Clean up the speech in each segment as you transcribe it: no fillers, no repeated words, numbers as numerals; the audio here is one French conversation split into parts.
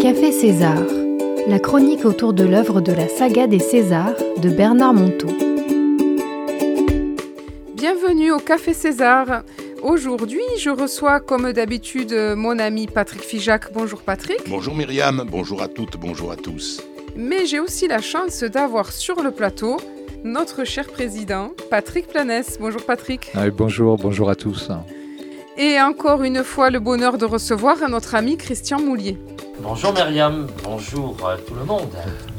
Café César, la chronique autour de l'œuvre de la saga des Césars de Bernard Monteau. Bienvenue au Café César. Aujourd'hui, je reçois comme d'habitude mon ami Patrick Figeac. Bonjour Patrick. Bonjour Myriam, bonjour à toutes, bonjour à tous. Mais j'ai aussi la chance d'avoir sur le plateau notre cher président, Patrick Planès. Bonjour Patrick. Bonjour à tous. Et encore une fois, le bonheur de recevoir notre ami Christian Moulier. Bonjour Myriam, bonjour à tout le monde.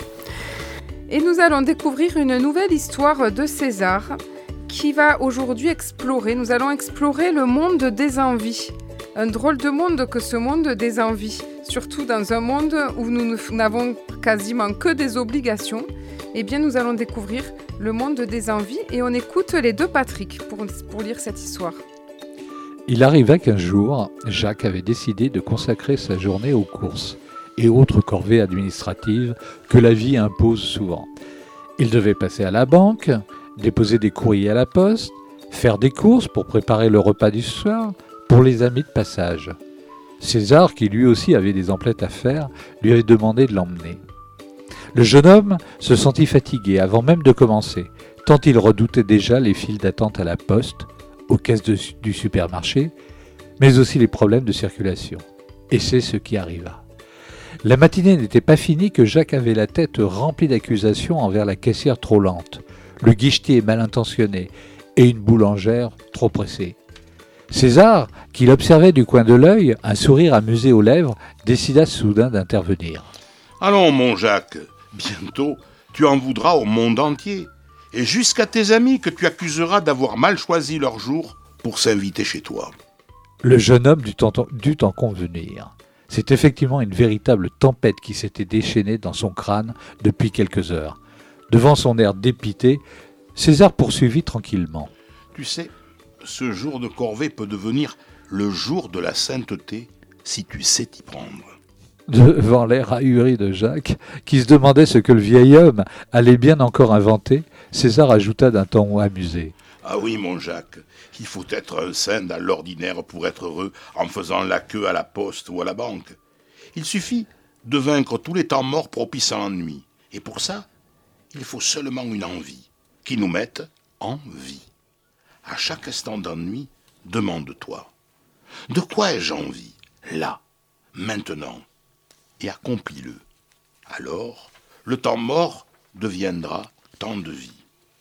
Et nous allons découvrir une nouvelle histoire de César qui va aujourd'hui nous allons explorer le monde des envies. Un drôle de monde que ce monde des envies, surtout dans un monde où nous n'avons quasiment que des obligations. Eh bien, nous allons découvrir le monde des envies et on écoute les deux Patrick pour lire cette histoire. Il arriva qu'un jour, Jacques avait décidé de consacrer sa journée aux courses et autres corvées administratives que la vie impose souvent. Il devait passer à la banque, déposer des courriers à la poste, faire des courses pour préparer le repas du soir pour les amis de passage. César, qui lui aussi avait des emplettes à faire, lui avait demandé de l'emmener. Le jeune homme se sentit fatigué avant même de commencer, tant il redoutait déjà les files d'attente à la poste, aux caisses du supermarché, mais aussi les problèmes de circulation. Et c'est ce qui arriva. La matinée n'était pas finie que Jacques avait la tête remplie d'accusations envers la caissière trop lente, le guichetier mal intentionné et une boulangère trop pressée. César, qui l'observait du coin de l'œil, un sourire amusé aux lèvres, décida soudain d'intervenir. « Allons mon Jacques, bientôt tu en voudras au monde entier. Et jusqu'à tes amis que tu accuseras d'avoir mal choisi leur jour pour s'inviter chez toi. » Le jeune homme dut en convenir. C'est effectivement une véritable tempête qui s'était déchaînée dans son crâne depuis quelques heures. Devant son air dépité, César poursuivit tranquillement. « Tu sais, ce jour de corvée peut devenir le jour de la sainteté si tu sais t'y prendre. » Devant l'air ahuri de Jacques, qui se demandait ce que le vieil homme allait bien encore inventer, César ajouta d'un ton amusé. « Ah oui, mon Jacques, il faut être un saint à l'ordinaire pour être heureux en faisant la queue à la poste ou à la banque. Il suffit de vaincre tous les temps morts propices à l'ennui. Et pour ça, il faut seulement une envie qui nous mette en vie. À chaque instant d'ennui, demande-toi, de quoi ai-je envie, là, maintenant ? Et accomplis-le. Alors, le temps mort deviendra temps de vie. »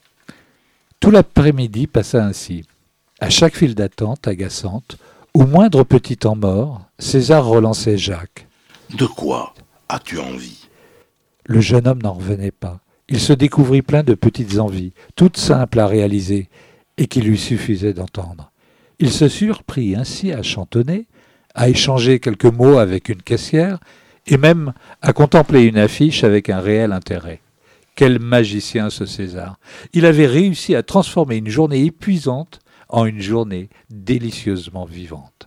Tout l'après-midi passa ainsi. À chaque file d'attente agaçante, au moindre petit temps mort, César relançait Jacques. « De quoi as-tu envie ?» Le jeune homme n'en revenait pas. Il se découvrit plein de petites envies, toutes simples à réaliser, et qui lui suffisaient d'entendre. Il se surprit ainsi à chantonner, à échanger quelques mots avec une caissière, et même à contempler une affiche avec un réel intérêt. Quel magicien ce César! Il avait réussi à transformer une journée épuisante en une journée délicieusement vivante.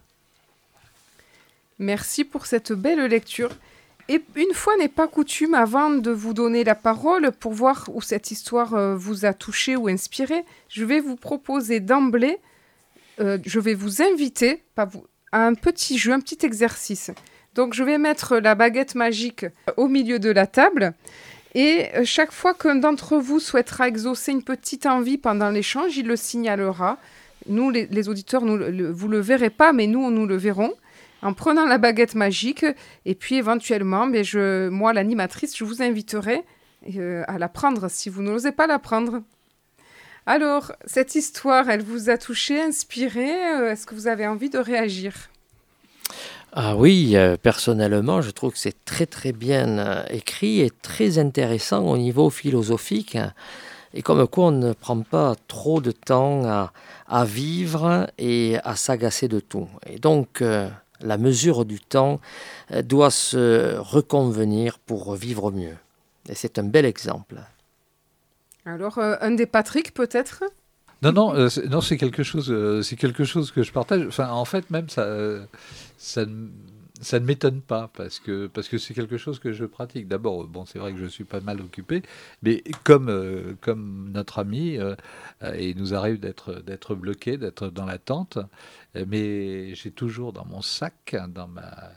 Merci pour cette belle lecture. Et une fois n'est pas coutume, avant de vous donner la parole pour voir où cette histoire vous a touché ou inspiré, je vais vous proposer d'emblée, je vais vous inviter à un petit jeu, un petit exercice. Donc je vais mettre la baguette magique au milieu de la table et chaque fois qu'un d'entre vous souhaitera exaucer une petite envie pendant l'échange, il le signalera. Nous, les auditeurs, vous ne le verrez pas, mais nous le verrons en prenant la baguette magique. Et puis éventuellement, moi, l'animatrice, je vous inviterai à la prendre si vous n'osez pas la prendre. Alors, cette histoire, elle vous a touché, inspiré ? Est-ce que vous avez envie de réagir ? Ah oui, personnellement, je trouve que c'est très très bien écrit et très intéressant au niveau philosophique. Et comme quoi on ne prend pas trop de temps à vivre et à s'agacer de tout. Et donc, la mesure du temps doit se reconvenir pour vivre mieux. Et c'est un bel exemple. Alors, un des Patrick peut-être ? Non, c'est quelque chose que je partage. Enfin, en fait, même ça ne m'étonne pas parce que c'est quelque chose que je pratique. D'abord, c'est vrai que je suis pas mal occupé, mais comme notre ami, il nous arrive d'être bloqué, d'être dans l'attente, mais j'ai toujours dans mon sac, dans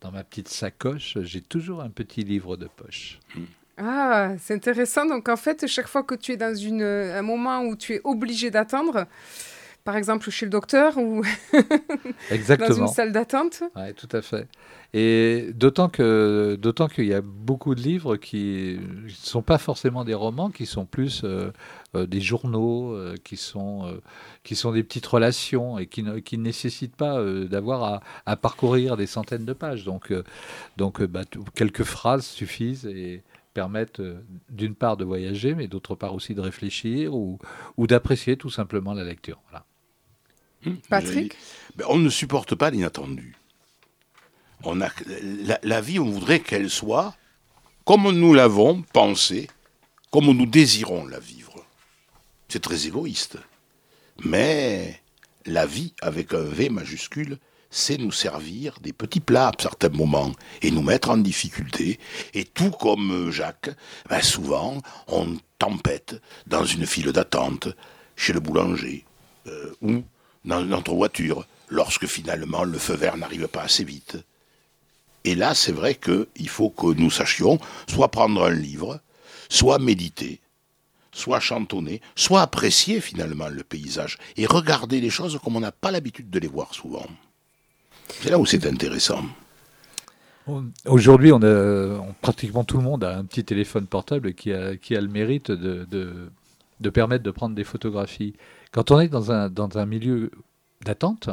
ma petite sacoche, j'ai toujours un petit livre de poche. Ah, c'est intéressant. Donc, en fait, chaque fois que tu es dans un moment où tu es obligé d'attendre, par exemple chez le docteur ou dans une salle d'attente. Oui, tout à fait. Et d'autant qu'il y a beaucoup de livres qui ne sont pas forcément des romans, qui sont plus des journaux, qui sont des petites relations et qui ne nécessitent pas d'avoir à parcourir des centaines de pages. Donc quelques phrases suffisent et permettent d'une part de voyager, mais d'autre part aussi de réfléchir ou d'apprécier tout simplement la lecture. Voilà. Patrick ? On ne supporte pas l'inattendu. La vie, on voudrait qu'elle soit comme nous l'avons pensée, comme nous désirons la vivre. C'est très égoïste. Mais la vie, avec un V majuscule, c'est nous servir des petits plats à certains moments et nous mettre en difficulté. Et tout comme Jacques, souvent, on tempête dans une file d'attente chez le boulanger ou dans notre voiture, lorsque finalement le feu vert n'arrive pas assez vite. Et là, c'est vrai qu'il faut que nous sachions soit prendre un livre, soit méditer, soit chantonner, soit apprécier finalement le paysage et regarder les choses comme on n'a pas l'habitude de les voir souvent. C'est là où c'est intéressant. Aujourd'hui, pratiquement tout le monde a un petit téléphone portable qui a le mérite de permettre de prendre des photographies. Quand on est dans un milieu d'attente,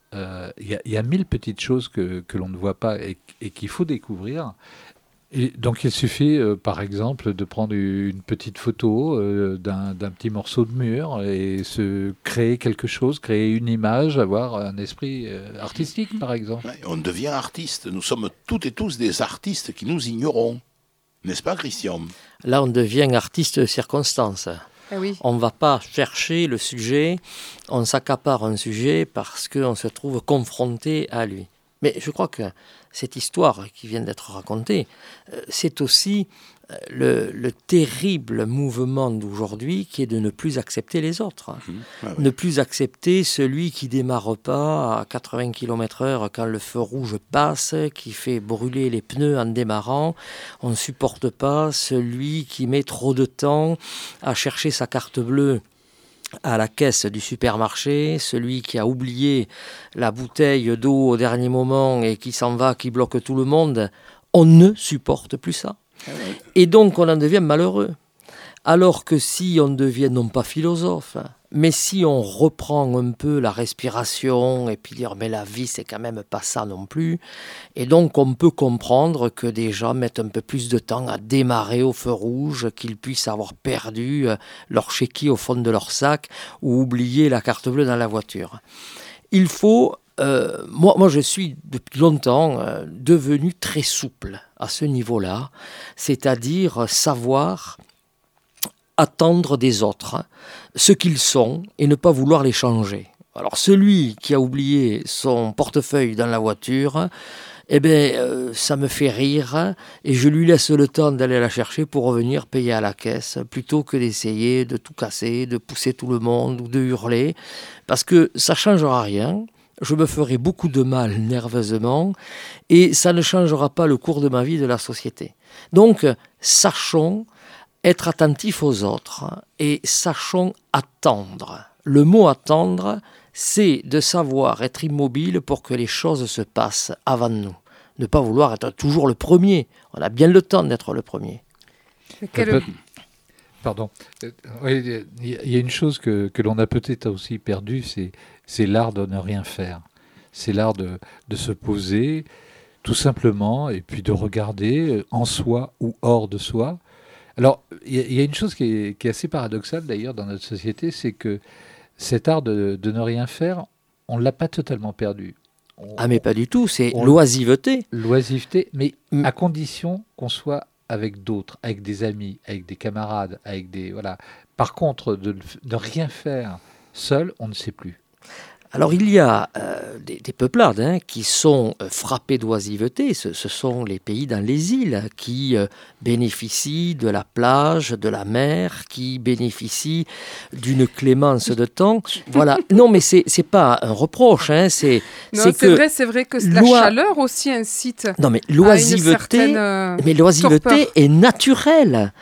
il y a 1000 petites choses que l'on ne voit pas et qu'il faut découvrir. Et donc il suffit, par exemple, de prendre une petite photo d'un petit morceau de mur et se créer quelque chose, créer une image, avoir un esprit artistique, par exemple. Ouais, on devient artiste. Nous sommes toutes et tous des artistes qui nous ignorons. N'est-ce pas, Christian ? Là, on devient artiste de circonstance. Ah oui. On ne va pas chercher le sujet, on s'accapare un sujet parce qu'on se trouve confronté à lui. Mais je crois que cette histoire qui vient d'être racontée, c'est aussi le terrible mouvement d'aujourd'hui qui est de ne plus accepter les autres. Ne plus accepter celui qui démarre pas à 80 km/h quand le feu rouge passe, qui fait brûler les pneus en démarrant. On ne supporte pas celui qui met trop de temps à chercher sa carte bleue à la caisse du supermarché, celui qui a oublié la bouteille d'eau au dernier moment et qui s'en va, qui bloque tout le monde. On ne supporte plus ça. Et donc on en devient malheureux. Alors que si on devient non pas philosophe, mais si on reprend un peu la respiration et puis dire mais la vie c'est quand même pas ça non plus, et donc on peut comprendre que des gens mettent un peu plus de temps à démarrer au feu rouge, qu'ils puissent avoir perdu leur chéquier au fond de leur sac ou oublier la carte bleue dans la voiture. Il faut moi, je suis depuis longtemps devenu très souple à ce niveau-là, c'est-à-dire savoir attendre des autres ce qu'ils sont et ne pas vouloir les changer. Alors celui qui a oublié son portefeuille dans la voiture, ça me fait rire et je lui laisse le temps d'aller la chercher pour revenir payer à la caisse plutôt que d'essayer de tout casser, de pousser tout le monde ou de hurler parce que ça ne changera rien. Je me ferai beaucoup de mal nerveusement et ça ne changera pas le cours de ma vie de la société. Donc, sachons être attentifs aux autres et sachons attendre. Le mot attendre, c'est de savoir être immobile pour que les choses se passent avant nous. Ne pas vouloir être toujours le premier. On a bien le temps d'être le premier. Pardon. Il y a une chose que l'on a peut-être aussi perdue, c'est l'art de ne rien faire. C'est l'art de se poser tout simplement et puis de regarder en soi ou hors de soi. Alors, il y a une chose qui est assez paradoxale d'ailleurs dans notre société, c'est que cet art de ne rien faire, on ne l'a pas totalement perdu. Mais pas du tout, c'est l'oisiveté. L'oisiveté, mais à condition qu'on soit avec d'autres, avec des amis, avec des camarades, avec des... Voilà. Par contre, de rien faire seul, on ne sait plus. Alors il y a des peuplades qui sont frappées d'oisiveté. Ce sont les pays dans les îles qui bénéficient de la plage, de la mer, qui bénéficient d'une clémence de temps. Voilà. Non, mais c'est pas un reproche. C'est vrai que la chaleur aussi incite. Non, mais l'oisiveté, est naturelle.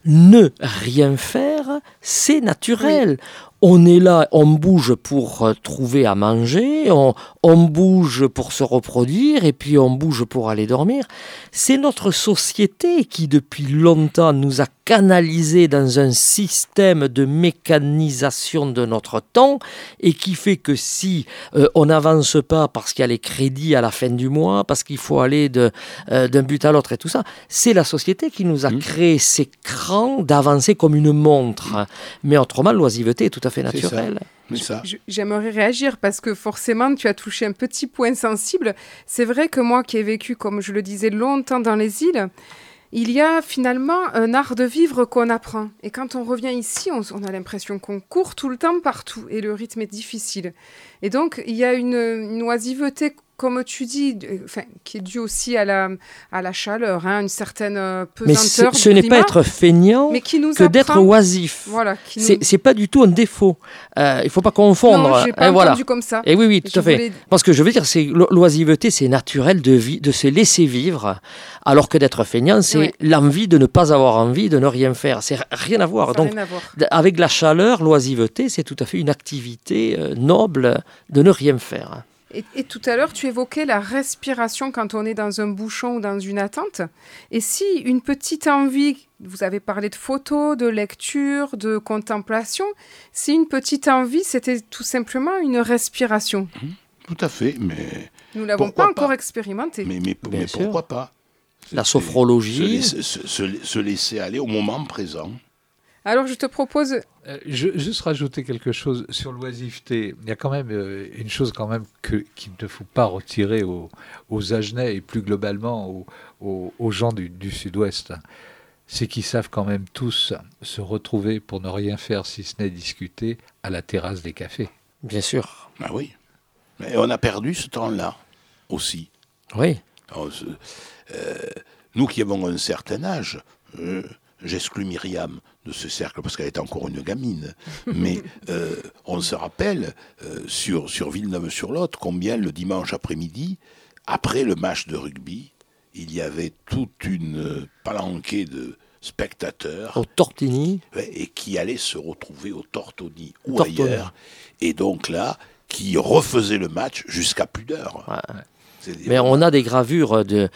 Ne rien faire, c'est naturel. Oui. On est là, on bouge pour trouver à manger, on bouge pour se reproduire et puis on bouge pour aller dormir. C'est notre société qui, depuis longtemps, nous a canalisés dans un système de mécanisation de notre temps et qui fait que si on n'avance pas parce qu'il y a les crédits à la fin du mois, parce qu'il faut aller d'un but à l'autre et tout ça, c'est la société qui nous a créé ces crans d'avancer comme une montre. Mais autrement, l'oisiveté est tout à fait naturelle. J'aimerais réagir parce que forcément tu as touché un petit point sensible. C'est vrai que moi qui ai vécu, comme je le disais, longtemps dans les îles, il y a finalement un art de vivre qu'on apprend. Et quand on revient ici, on a l'impression qu'on court tout le temps partout et le rythme est difficile. Et donc il y a une oisiveté, comme tu dis, qui est due aussi à la chaleur, une certaine pesanteur. Mais ce n'est pas être feignant que d'être oisif. Voilà, c'est pas du tout un défaut. Il ne faut pas confondre. Non, je n'ai pas entendu comme ça. Et oui, tout à fait. Parce que je veux dire, l'oisiveté, c'est naturel de se laisser vivre, alors que d'être feignant, c'est l'envie de ne pas avoir envie, de ne rien faire. C'est rien à voir. Donc, avec la chaleur, l'oisiveté, c'est tout à fait une activité noble de ne rien faire. Et tout à l'heure, tu évoquais la respiration quand on est dans un bouchon ou dans une attente. Et si une petite envie, vous avez parlé de photos, de lecture, de contemplation, si une petite envie, c'était tout simplement une respiration. Tout à fait, mais... Nous ne l'avons pas encore expérimenté. Mais pourquoi pas? La sophrologie. Se laisser aller au moment présent. Alors, je te propose... juste rajouter quelque chose sur l'oisiveté. Il y a quand même une chose qu'il ne faut pas retirer aux Agenais et plus globalement aux gens du Sud-Ouest. C'est qu'ils savent quand même tous se retrouver pour ne rien faire si ce n'est discuter à la terrasse des cafés. Bien sûr. Ah oui. Mais on a perdu ce temps-là aussi. Oui. Alors, nous qui avons un certain âge... J'exclus Myriam de ce cercle parce qu'elle est encore une gamine. Mais on se rappelle sur Villeneuve-sur-Lot combien le dimanche après-midi, après le match de rugby, il y avait toute une palanquée de spectateurs. Au Tortini. Et qui allaient se retrouver au Tortoni ou ailleurs. Et donc là, qui refaisaient le match jusqu'à plus d'heures. Ouais. Mais on a des gravures de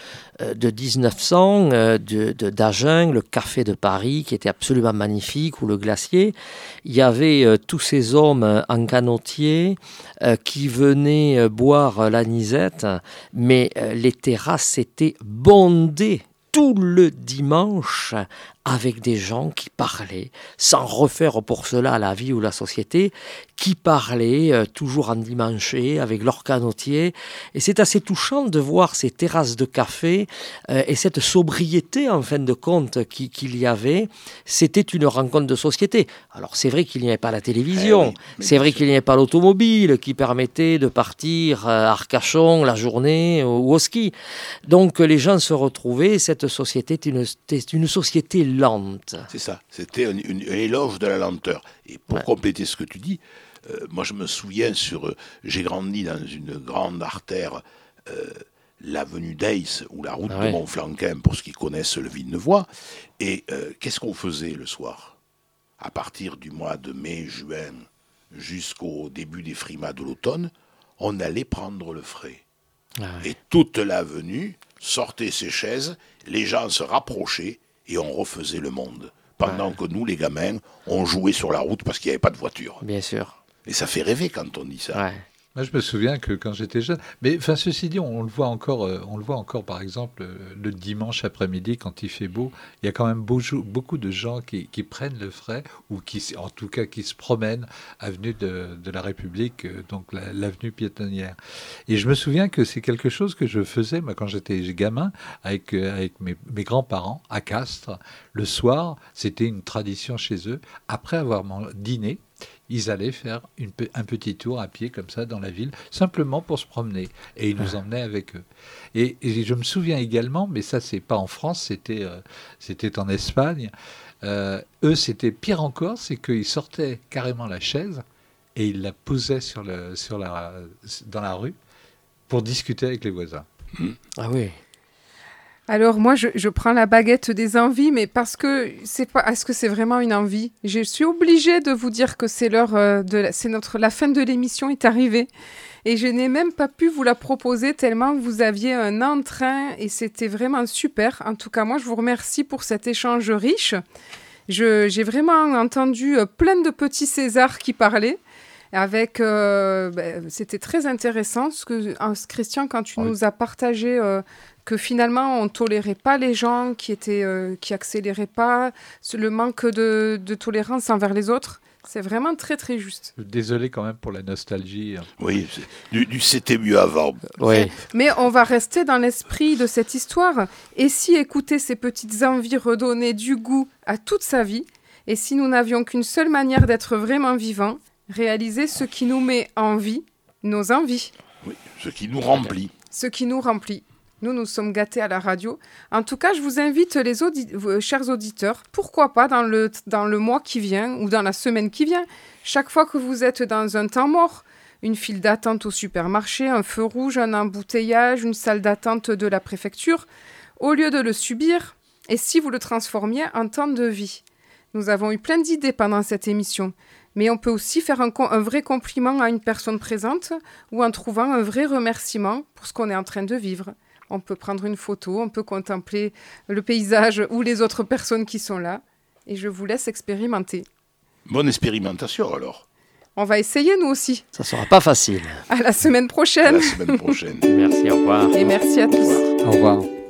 1900, d'Agen, le Café de Paris, qui était absolument magnifique, ou le Glacier. Il y avait tous ces hommes en canotier qui venaient boire l'anisette, mais les terrasses étaient bondées tout le dimanche avec des gens qui parlaient, sans refaire pour cela la vie ou la société, qui parlaient toujours endimanchés avec leur canotier. Et c'est assez touchant de voir ces terrasses de café et cette sobriété, en fin de compte, qu'il y avait. C'était une rencontre de société. Alors c'est vrai qu'il n'y avait pas la télévision, c'est vrai qu'il n'y avait pas l'automobile qui permettait de partir à Arcachon la journée ou au ski. Donc les gens se retrouvaient, cette société est une société lente. C'est ça, c'était un éloge de la lenteur. Et pour compléter ce que tu dis, moi je me souviens j'ai grandi dans une grande artère, l'avenue d'Aix ou la route de Montflanquin, pour ceux qui connaissent le Villeneuvois. Et qu'est-ce qu'on faisait le soir? À partir du mois de mai, juin, jusqu'au début des frimas de l'automne, on allait prendre le frais. Et toute l'avenue sortait ses chaises, les gens se rapprochaient et on refaisait le monde. Pendant que nous, les gamins, on jouait sur la route parce qu'il n'y avait pas de voiture. Bien sûr. Et ça fait rêver quand on dit ça. Ouais. Moi, je me souviens que quand j'étais jeune, mais ceci dit, on le voit encore, par exemple, le dimanche après-midi quand il fait beau, il y a quand même beaucoup de gens qui prennent le frais ou en tout cas qui se promènent avenue de la République, donc l'avenue piétonnière. Et je me souviens que c'est quelque chose que je faisais moi quand j'étais gamin avec mes grands-parents à Castres. Le soir, c'était une tradition chez eux. Après avoir dîné, ils allaient faire un petit tour à pied comme ça dans la ville, simplement pour se promener. Et ils nous emmenaient avec eux. Et je me souviens également, mais ça c'est pas en France, c'était en Espagne. Eux, c'était pire encore, c'est qu'ils sortaient carrément la chaise et ils la posaient dans la rue pour discuter avec les voisins. Ah oui. Alors moi, je prends la baguette des envies, mais parce que est-ce que c'est vraiment une envie? Je suis obligée de vous dire que c'est l'heure la fin de l'émission est arrivée. Et je n'ai même pas pu vous la proposer tellement vous aviez un entrain et c'était vraiment super. En tout cas, moi, je vous remercie pour cet échange riche. J'ai vraiment entendu plein de petits Césars qui parlaient. C'était très intéressant, Christian, quand tu nous as partagé que finalement, on ne tolérait pas les gens qui accéléraient pas, le manque de tolérance envers les autres. C'est vraiment très, très juste. Désolé quand même pour la nostalgie. Oui, c'était mieux avant. Oui. Mais on va rester dans l'esprit de cette histoire. Et si écouter ces petites envies redonner du goût à toute sa vie, et si nous n'avions qu'une seule manière d'être vraiment vivants, réaliser ce qui nous met en vie, nos envies. Oui, ce qui nous remplit. Ce qui nous remplit. Nous sommes gâtés à la radio. En tout cas, je vous invite, chers auditeurs, pourquoi pas dans le mois qui vient ou dans la semaine qui vient, chaque fois que vous êtes dans un temps mort, une file d'attente au supermarché, un feu rouge, un embouteillage, une salle d'attente de la préfecture, au lieu de le subir, et si vous le transformiez en temps de vie. Nous avons eu plein d'idées pendant cette émission, mais on peut aussi faire un vrai compliment à une personne présente ou en trouvant un vrai remerciement pour ce qu'on est en train de vivre. On peut prendre une photo, on peut contempler le paysage ou les autres personnes qui sont là. Et je vous laisse expérimenter. Bonne expérimentation alors. On va essayer nous aussi. Ça ne sera pas facile. À la semaine prochaine. À la semaine prochaine. Merci, au revoir. Et merci à tous. Au revoir.